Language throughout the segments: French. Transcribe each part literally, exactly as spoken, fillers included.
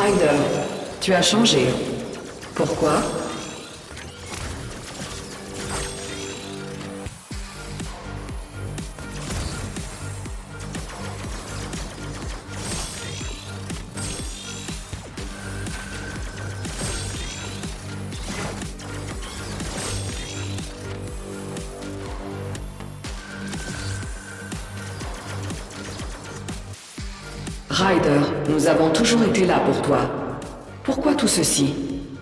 Ryder, tu as changé. Pourquoi? Ryder, nous avons toujours été là pour toi. Pourquoi tout ceci?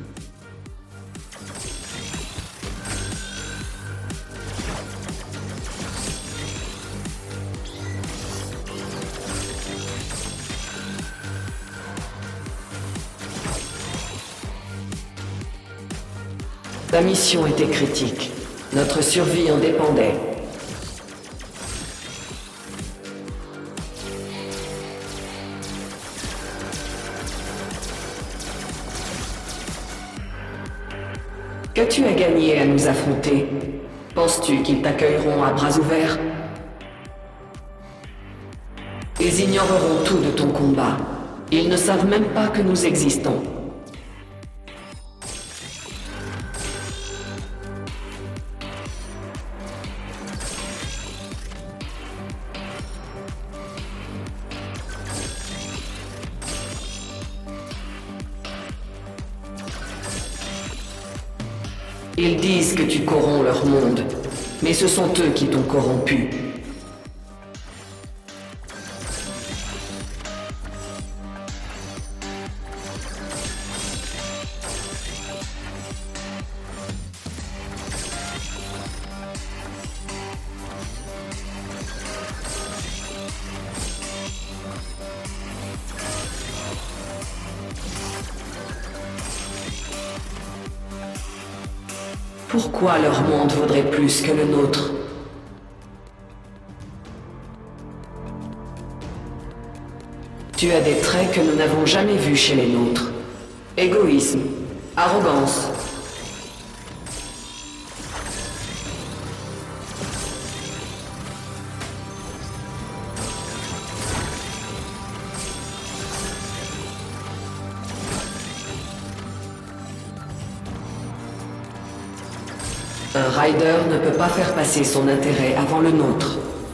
Ta mission était critique. Notre survie en dépendait. Qu'as-tu à gagner à nous affronter? Penses-tu qu'ils t'accueilleront à bras ouverts? Ils ignoreront tout de ton combat. Ils ne savent même pas que nous existons. Ils disent que tu corromps leur monde, mais ce sont eux qui t'ont corrompu. Pourquoi leur monde vaudrait plus que le nôtre? Tu as des traits que nous n'avons jamais vus chez les nôtres. Égoïsme, arrogance. Un Ryder ne peut pas faire passer son intérêt avant le nôtre.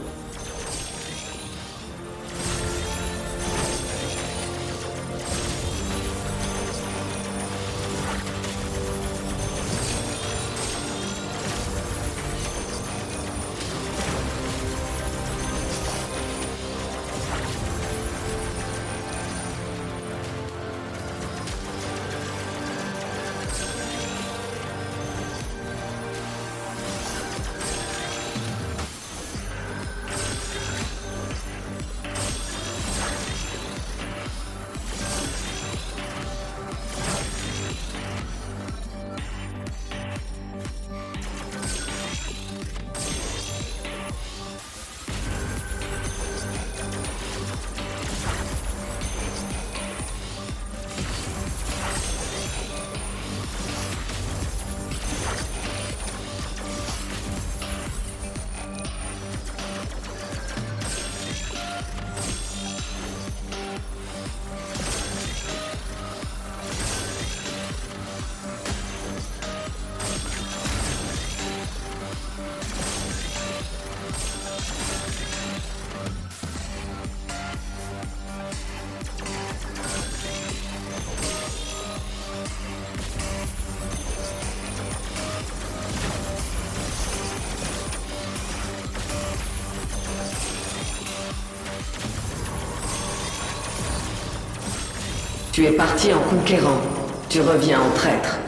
Tu es parti en conquérant, tu reviens en traître.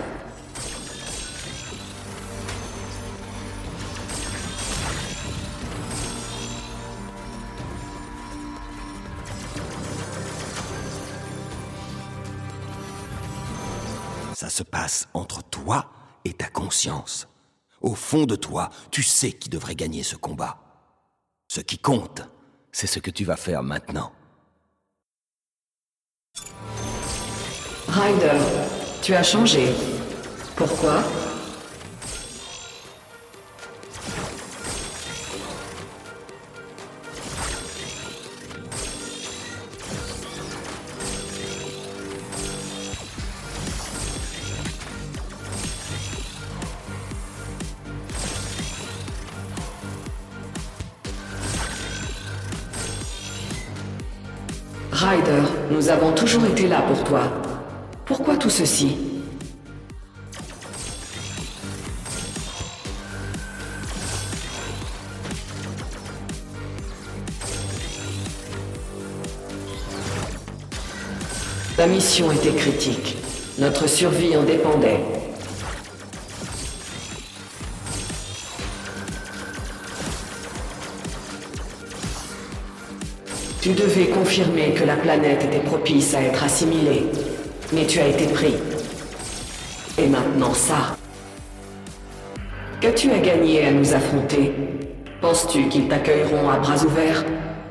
Ça se passe entre toi et ta conscience. Au fond de toi, tu sais qui devrait gagner ce combat. Ce qui compte, c'est ce que tu vas faire maintenant. Ryder, tu as changé. Pourquoi? Ryder, nous avons toujours été là pour toi. Pourquoi tout ceci? Ta mission était critique. Notre survie en dépendait. Tu devais confirmer que la planète était propice à être assimilée. Mais tu as été pris. Et maintenant ça. Qu'as-tu à gagner à nous affronter? Penses-tu qu'ils t'accueilleront à bras ouverts?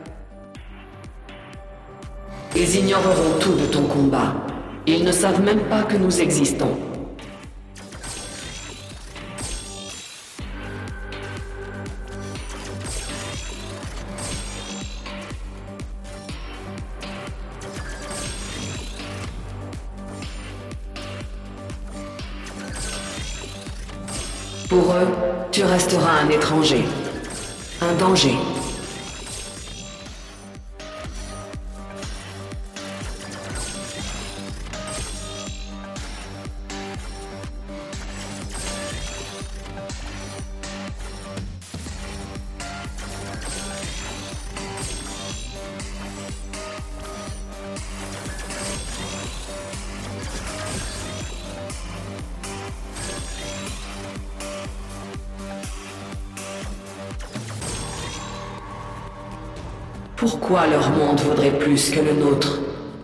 Ils ignoreront tout de ton combat. Ils ne savent même pas que nous existons. Pour eux, tu resteras un étranger. Un danger. Pourquoi leur monde vaudrait plus que le nôtre?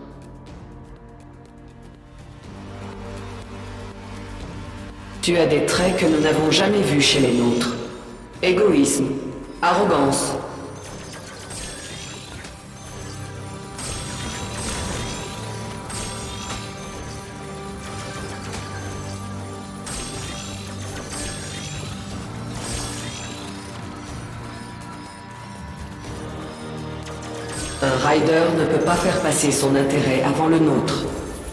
Tu as des traits que nous n'avons jamais vus chez les nôtres. Égoïsme, arrogance. Un Ryder ne peut pas faire passer son intérêt avant le nôtre.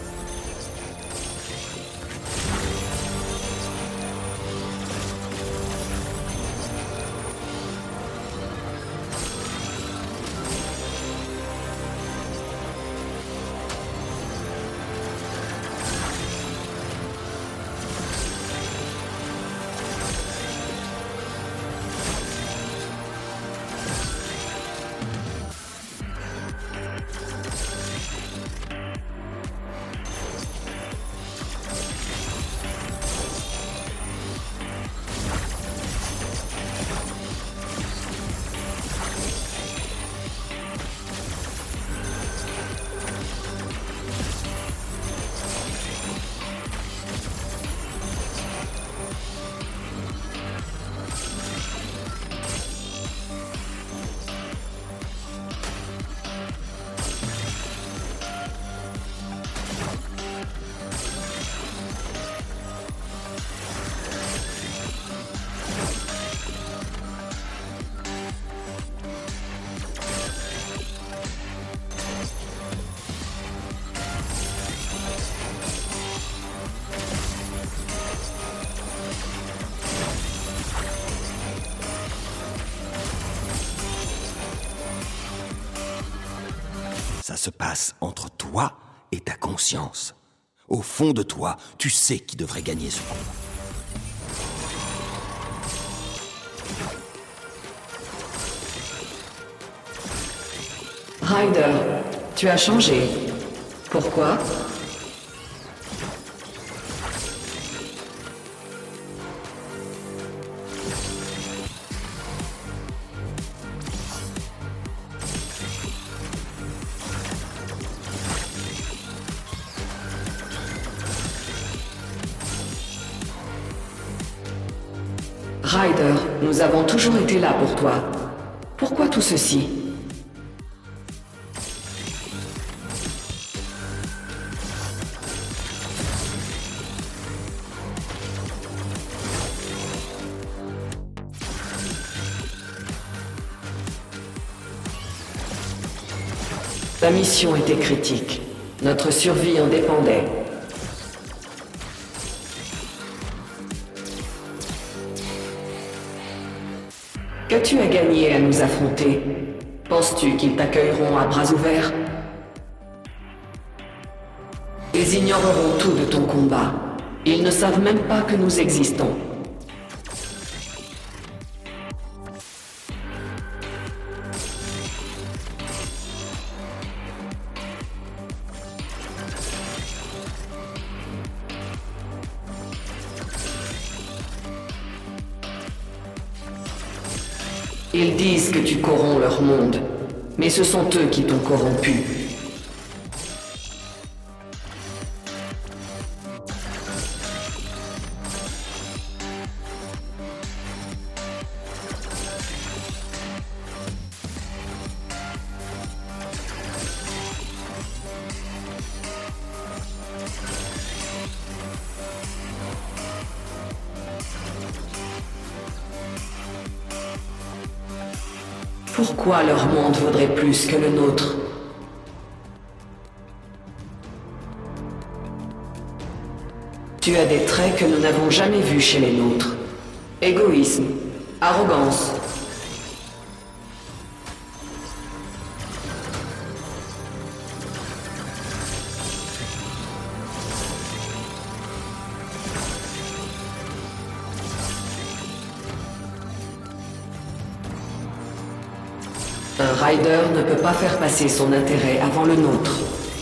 Ça se passe entre toi et ta conscience. Au fond de toi, tu sais qui devrait gagner ce combat. Ryder, tu as changé. Pourquoi? Ryder, nous avons toujours été là pour toi. Pourquoi tout ceci? Ta mission était critique. Notre survie en dépendait. Qu'as-tu à gagner à nous affronter? Penses-tu qu'ils t'accueilleront à bras ouverts? Ils ignoreront tout de ton combat. Ils ne savent même pas que nous existons. Ils disent que tu corromps leur monde, mais ce sont eux qui t'ont corrompu. Pourquoi leur monde vaudrait plus que le nôtre? Tu as des traits que nous n'avons jamais vus chez les nôtres. Égoïsme, arrogance. Un rider ne peut pas faire passer son intérêt avant le nôtre.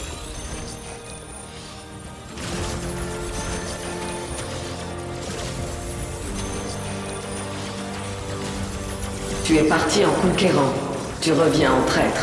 Tu es parti en conquérant, tu reviens en traître.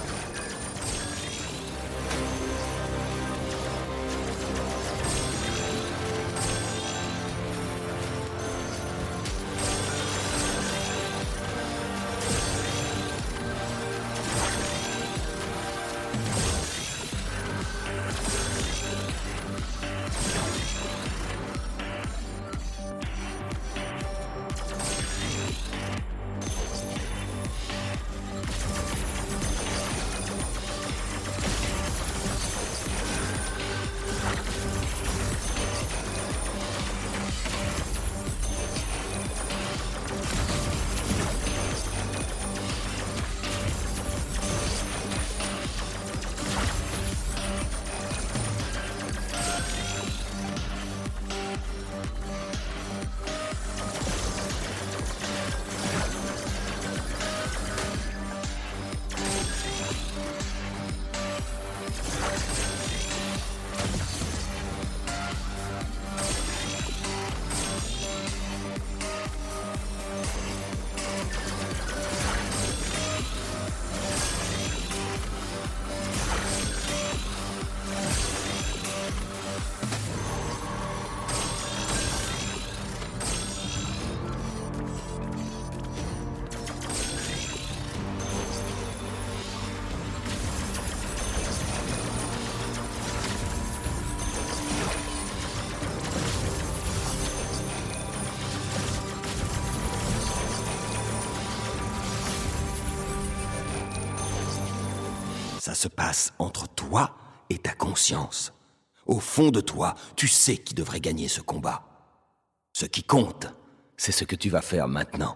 Ça se passe entre toi et ta conscience. Au fond de toi, tu sais qui devrait gagner ce combat. Ce qui compte, c'est ce que tu vas faire maintenant.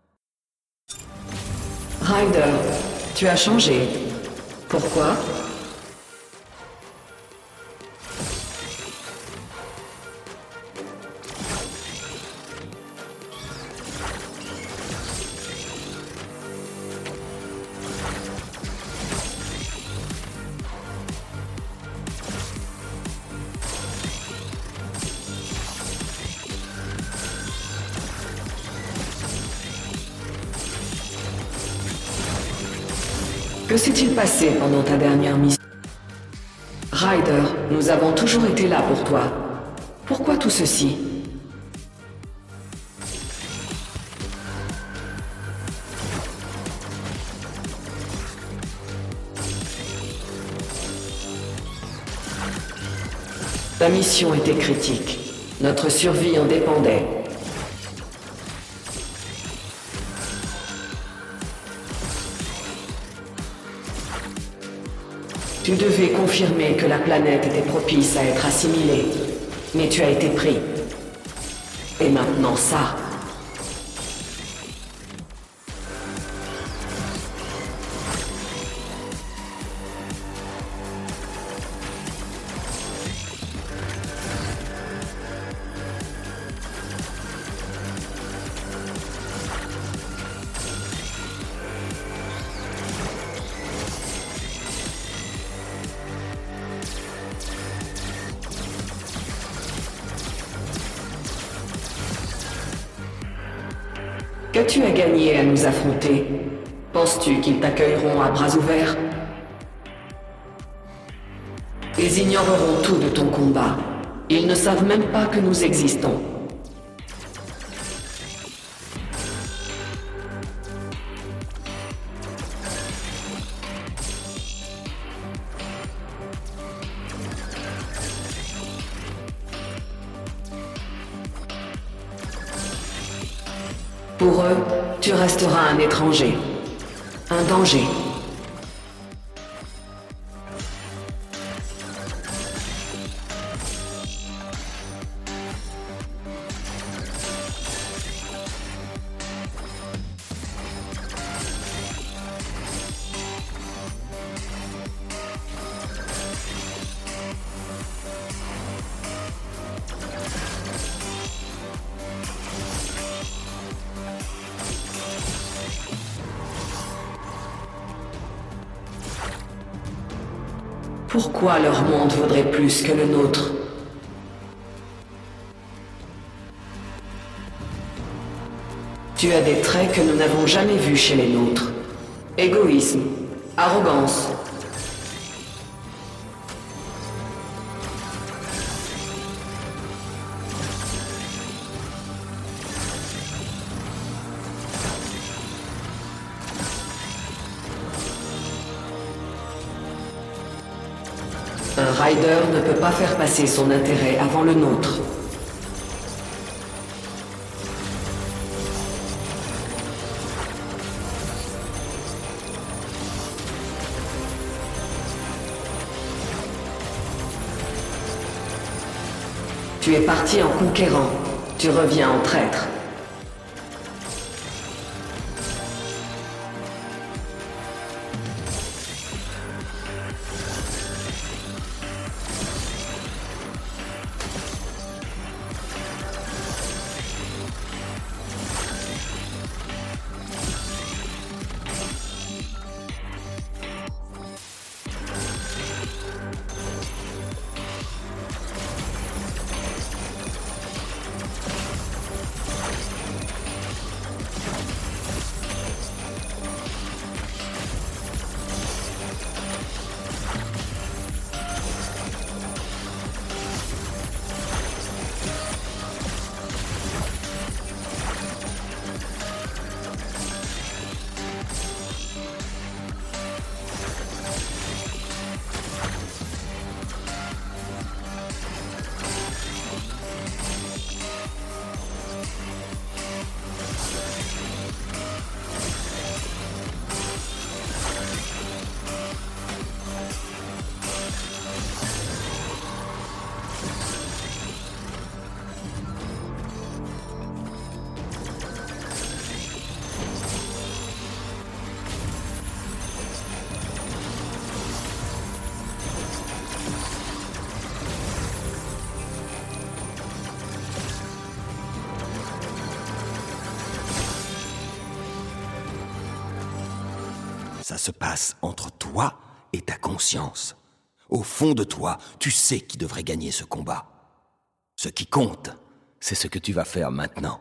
Ryder, tu as changé. Pourquoi? Que s'est-il passé pendant ta dernière mission? Ryder, nous avons toujours été là pour toi. Pourquoi tout ceci? Ta mission était critique. Notre survie en dépendait. Tu devais confirmer que la planète était propice à être assimilée, mais tu as été pris. Et maintenant ça. Qu'as-tu à gagner à nous affronter? Penses-tu qu'ils t'accueilleront à bras ouverts? Ils ignoreront tout de ton combat. Ils ne savent même pas que nous existons. Pour eux, tu resteras un étranger, un danger. Pourquoi leur monde vaudrait plus que le nôtre? Tu as des traits que nous n'avons jamais vus chez les nôtres. Égoïsme, arrogance. Un rider ne peut pas faire passer son intérêt avant le nôtre. Tu es parti en conquérant, tu reviens en traître. Ça se passe entre toi et ta conscience. Au fond de toi, tu sais qui devrait gagner ce combat. Ce qui compte, c'est ce que tu vas faire maintenant.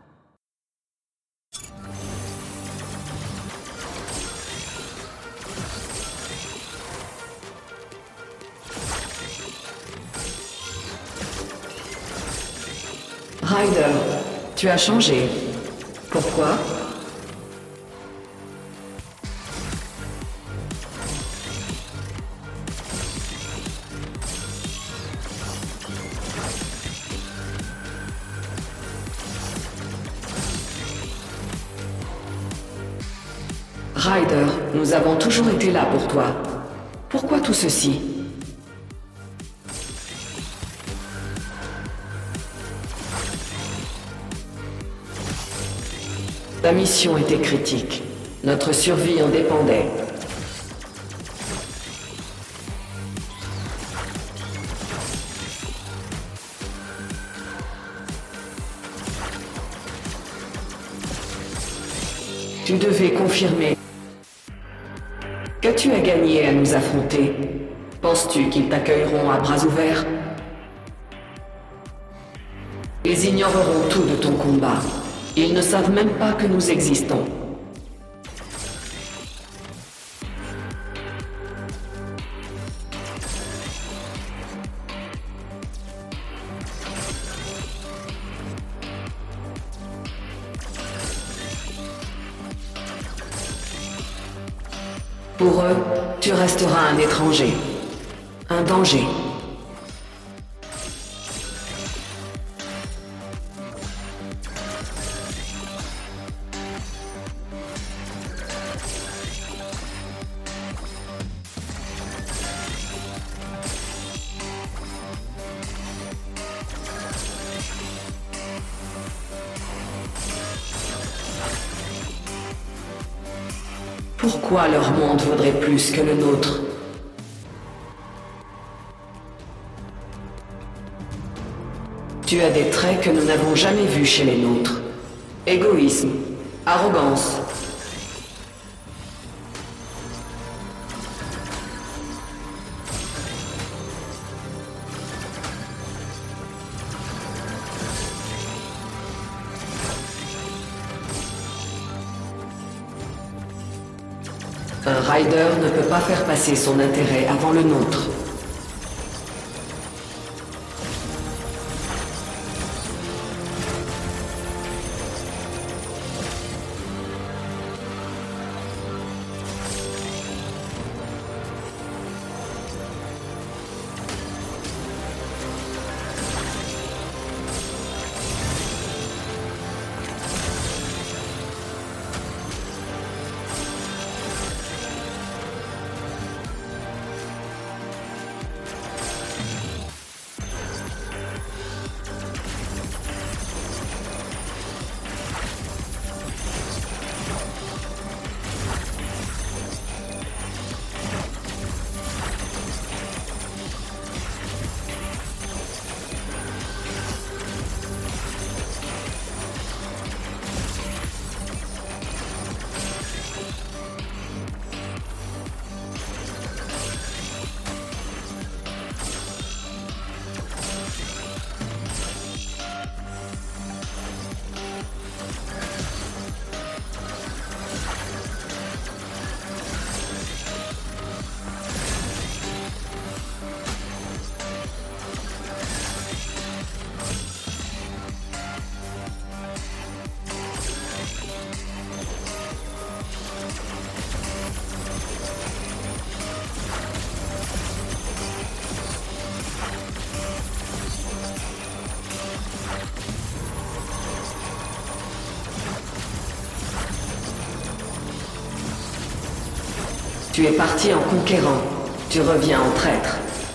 Ryder, tu as changé. Pourquoi? Ryder, nous avons toujours été là pour toi. Pourquoi tout ceci? Ta mission était critique. Notre survie en dépendait. Tu devais confirmer. Qu'as-tu à gagner à nous affronter? Penses-tu qu'ils t'accueilleront à bras ouverts? Ils ignoreront tout de ton combat. Ils ne savent même pas que nous existons. Pour eux, tu resteras un étranger. Un danger. Pourquoi leur monde vaudrait plus que le nôtre? Tu as des traits que nous n'avons jamais vus chez les nôtres. Égoïsme, arrogance. Un rider ne peut pas faire passer son intérêt avant le nôtre. Tu es parti en conquérant, tu reviens en traître.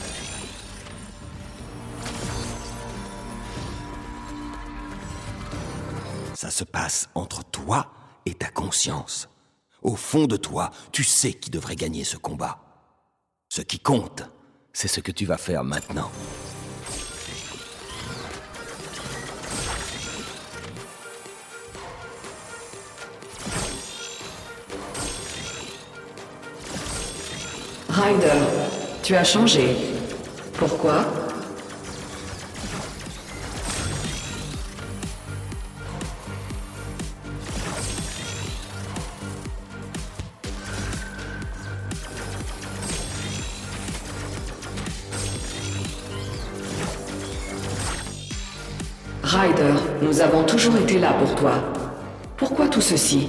Ça se passe entre toi et ta conscience. Au fond de toi, tu sais qui devrait gagner ce combat. Ce qui compte, c'est ce que tu vas faire maintenant. Ryder, tu as changé. Pourquoi? Ryder, nous avons toujours été là pour toi. Pourquoi tout ceci?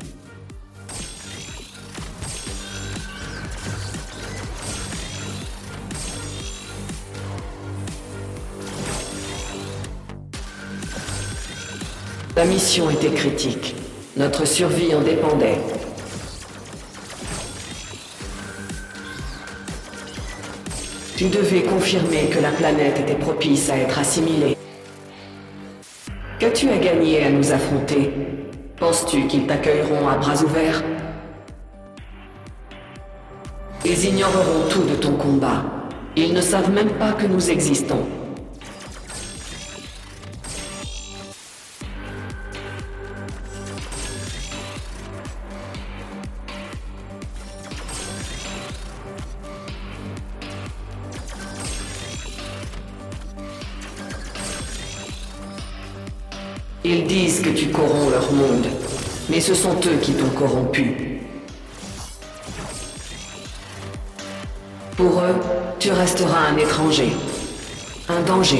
La mission était critique. Notre survie en dépendait. Tu devais confirmer que la planète était propice à être assimilée. Qu'as-tu à gagner à nous affronter? Penses-tu qu'ils t'accueilleront à bras ouverts? Ils ignoreront tout de ton combat. Ils ne savent même pas que nous existons. Ils disent que tu corromps leur monde, mais ce sont eux qui t'ont corrompu. Pour eux, tu resteras un étranger, un danger.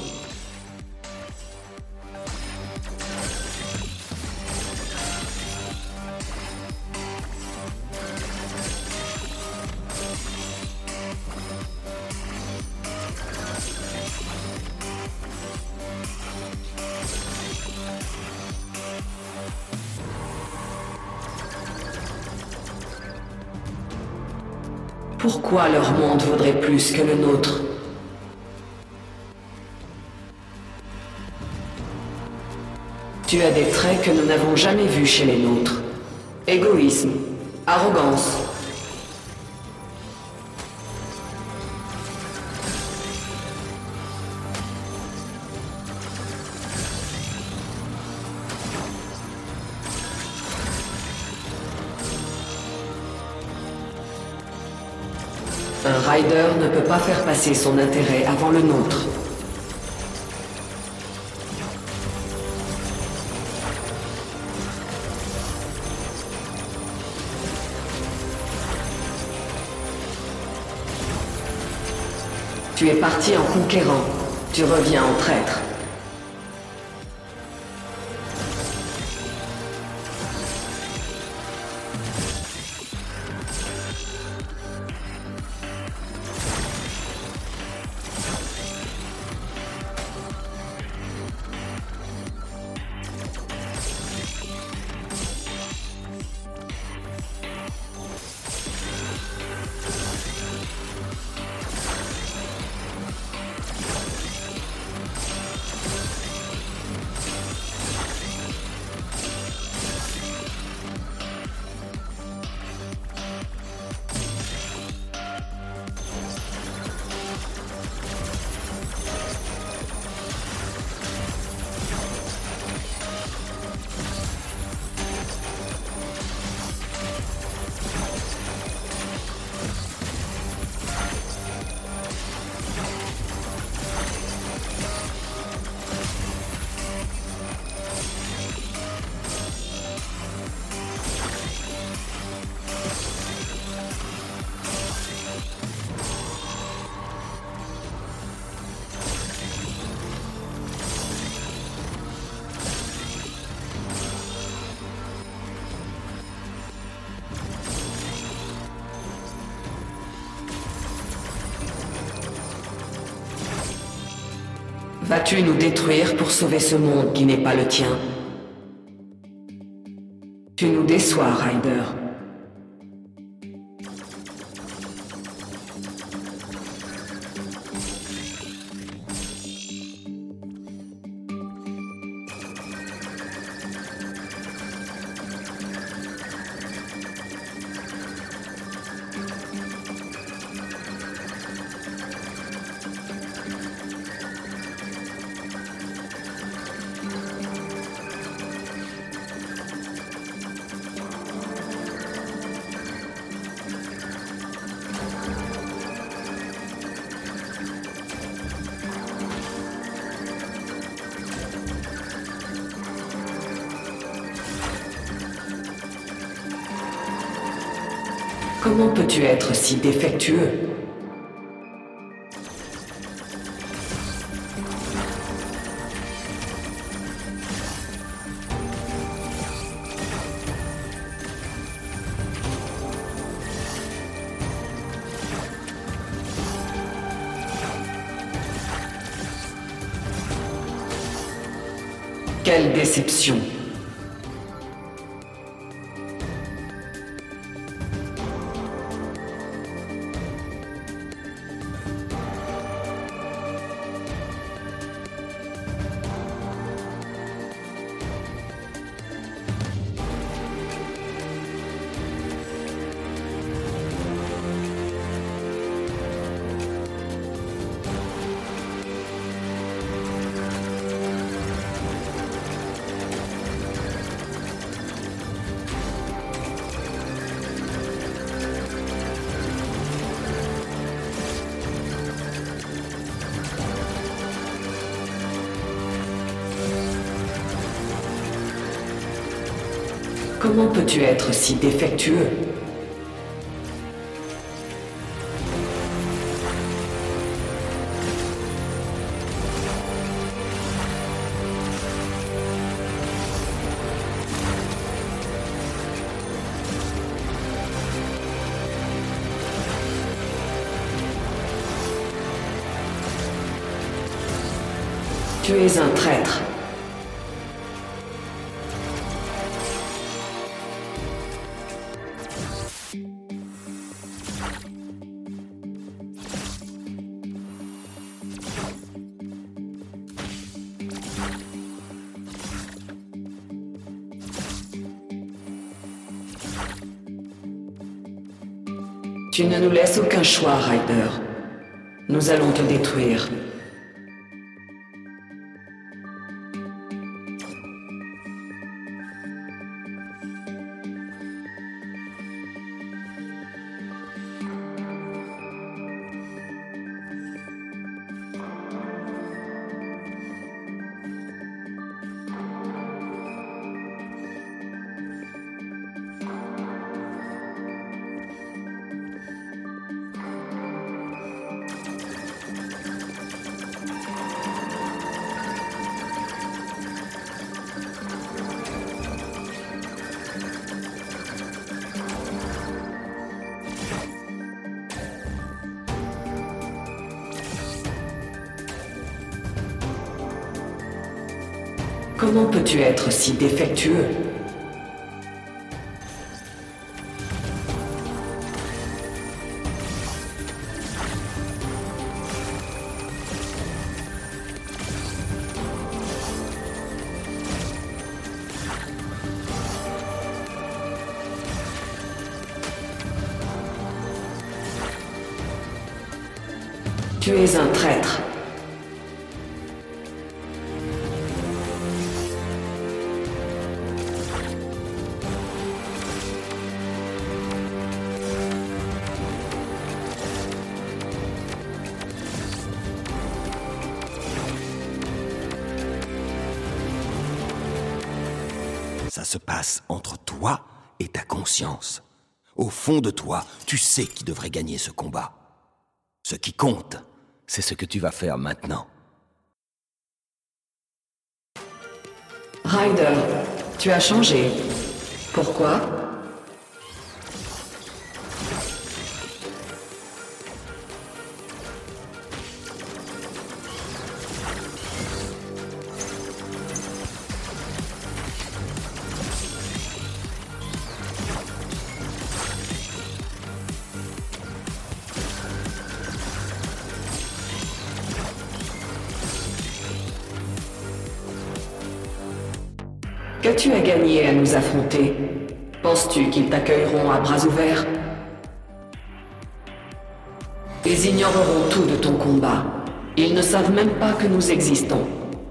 Pourquoi leur monde vaudrait plus que le nôtre? Tu as des traits que nous n'avons jamais vus chez les nôtres. Égoïsme, arrogance. Un rider ne peut pas faire passer son intérêt avant le nôtre. Tu es parti en conquérant, tu reviens en traître. Vas-tu nous détruire pour sauver ce monde qui n'est pas le tien? Tu nous déçois, Ryder. Comment peux-tu être si défectueux? Quelle déception! Comment peux-tu être si défectueux? Tu es un traître. Tu ne nous laisses aucun choix, Ryder. Nous allons te détruire. Comment peux-tu être si défectueux? Tu es un traître. Ça se passe entre toi et ta conscience. Au fond de toi, tu sais qui devrait gagner ce combat. Ce qui compte, c'est ce que tu vas faire maintenant. Ryder, tu as changé. Pourquoi? Qu'as-tu à gagner à nous affronter? Penses-tu qu'ils t'accueilleront à bras ouverts? Ils ignoreront tout de ton combat. Ils ne savent même pas que nous existons.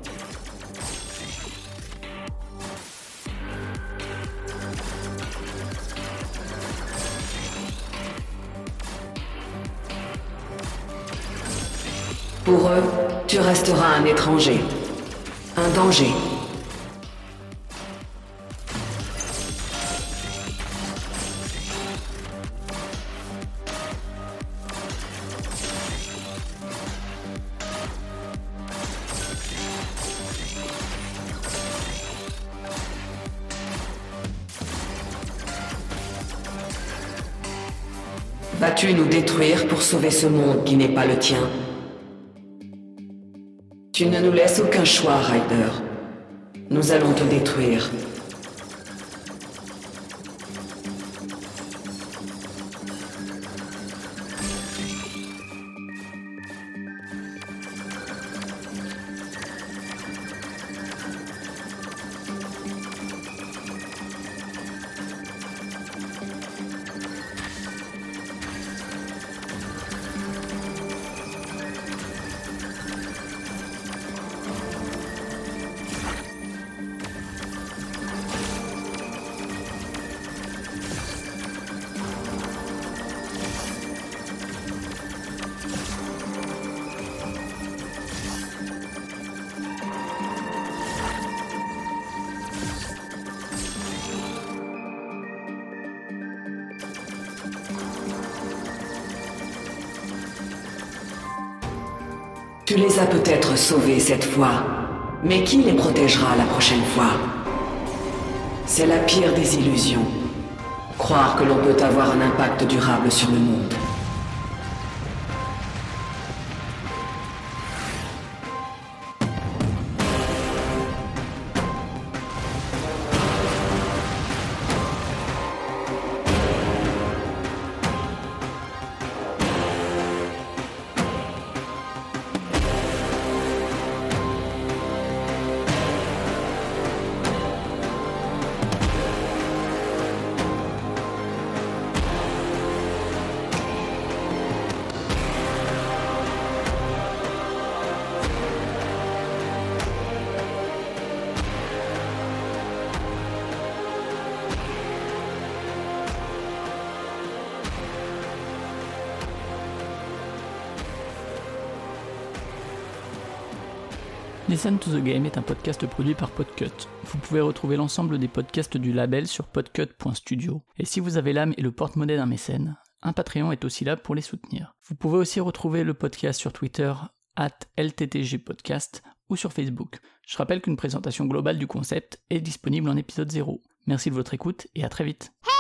Pour eux, tu resteras un étranger, un danger. Vas-tu nous détruire pour sauver ce monde qui n'est pas le tien? Tu ne nous laisses aucun choix, Ryder. Nous allons te détruire. Tu les as peut-être sauvés cette fois, mais qui les protégera la prochaine fois? C'est la pire des illusions. Croire que l'on peut avoir un impact durable sur le monde. Listen to the Game est un podcast produit par Podcut. Vous pouvez retrouver l'ensemble des podcasts du label sur podcut point studio. Et si vous avez l'âme et le porte-monnaie d'un mécène, un Patreon est aussi là pour les soutenir. Vous pouvez aussi retrouver le podcast sur Twitter, arobase L T T G podcast, ou sur Facebook. Je rappelle qu'une présentation globale du concept est disponible en épisode zéro. Merci de votre écoute et à très vite.